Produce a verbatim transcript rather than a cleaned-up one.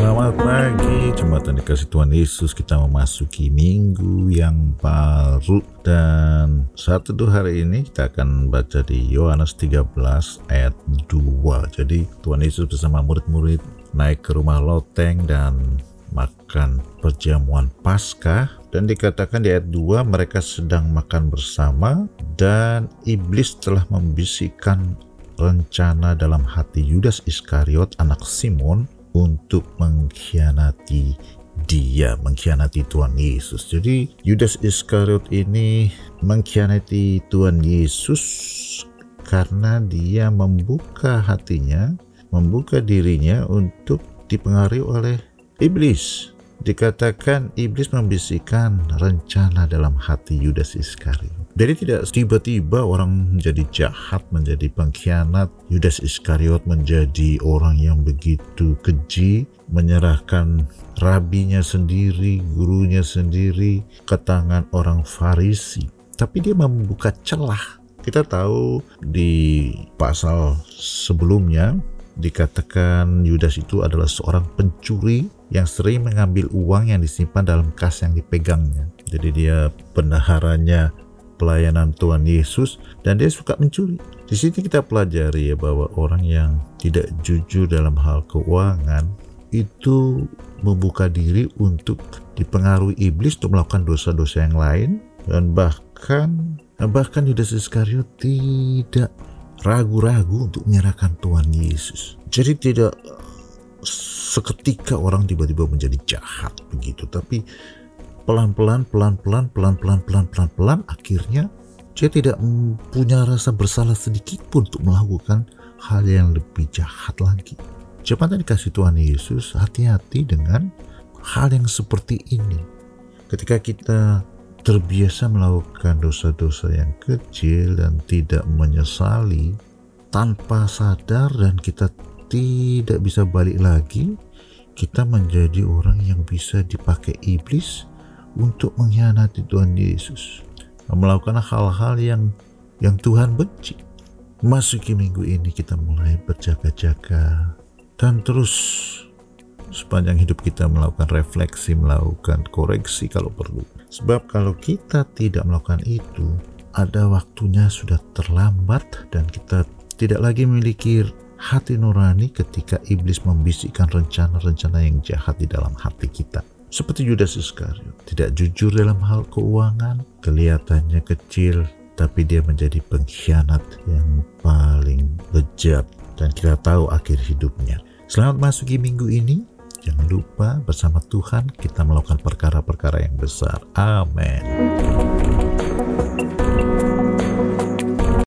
Selamat pagi, jemaat yang dikasih Tuhan Yesus. Kita memasuki minggu yang baru, dan saat teduh hari ini kita akan baca di Yohanes tiga belas ayat dua. Jadi Tuhan Yesus bersama murid-murid naik ke rumah loteng dan makan perjamuan Paskah, dan dikatakan di ayat dua mereka sedang makan bersama dan iblis telah membisikkan rencana dalam hati Yudas Iskariot anak Simon untuk mengkhianati dia, mengkhianati Tuhan Yesus. Jadi Yudas Iskariot ini mengkhianati Tuhan Yesus karena dia membuka hatinya, membuka dirinya untuk dipengaruhi oleh iblis. Dikatakan iblis membisikkan rencana dalam hati Yudas Iskariot. Jadi tidak tiba-tiba orang menjadi jahat, menjadi pengkhianat. Yudas Iskariot menjadi orang yang begitu keji, menyerahkan rabinya sendiri, gurunya sendiri ke tangan orang Farisi. Tapi dia membuka celah. Kita tahu di pasal sebelumnya dikatakan Yudas itu adalah seorang pencuri yang sering mengambil uang yang disimpan dalam kas yang dipegangnya. Jadi dia bendaharanya pelayanan Tuhan Yesus dan dia suka mencuri. Di sini kita pelajari ya bahwa orang yang tidak jujur dalam hal keuangan itu membuka diri untuk dipengaruhi iblis untuk melakukan dosa-dosa yang lain, dan bahkan bahkan Yudas Iskariot tidak ragu-ragu untuk menyerahkan Tuhan Yesus. Jadi tidak seketika orang tiba-tiba menjadi jahat begitu, tapi pelan-pelan, pelan-pelan, pelan-pelan, pelan-pelan, pelan, akhirnya dia tidak punya rasa bersalah sedikit pun untuk melakukan hal yang lebih jahat lagi. Jemaat yang dikasih Tuhan Yesus, hati-hati dengan hal yang seperti ini. Ketika kita terbiasa melakukan dosa-dosa yang kecil dan tidak menyesali tanpa sadar, dan kita tidak bisa balik lagi, kita menjadi orang yang bisa dipakai iblis untuk mengkhianati Tuhan Yesus, melakukan hal-hal yang yang Tuhan benci. Masuki minggu ini kita mulai berjaga-jaga dan terus sepanjang hidup kita melakukan refleksi, melakukan koreksi kalau perlu. Sebab kalau kita tidak melakukan itu, ada waktunya sudah terlambat dan kita tidak lagi memiliki hati nurani ketika iblis membisikkan rencana-rencana yang jahat di dalam hati kita. Seperti Yudas Iskariot, tidak jujur dalam hal keuangan, kelihatannya kecil, tapi dia menjadi pengkhianat yang paling bejat, dan kita tahu akhir hidupnya. Selamat masuki minggu ini. Jangan lupa bersama Tuhan kita melakukan perkara-perkara yang besar. Amin.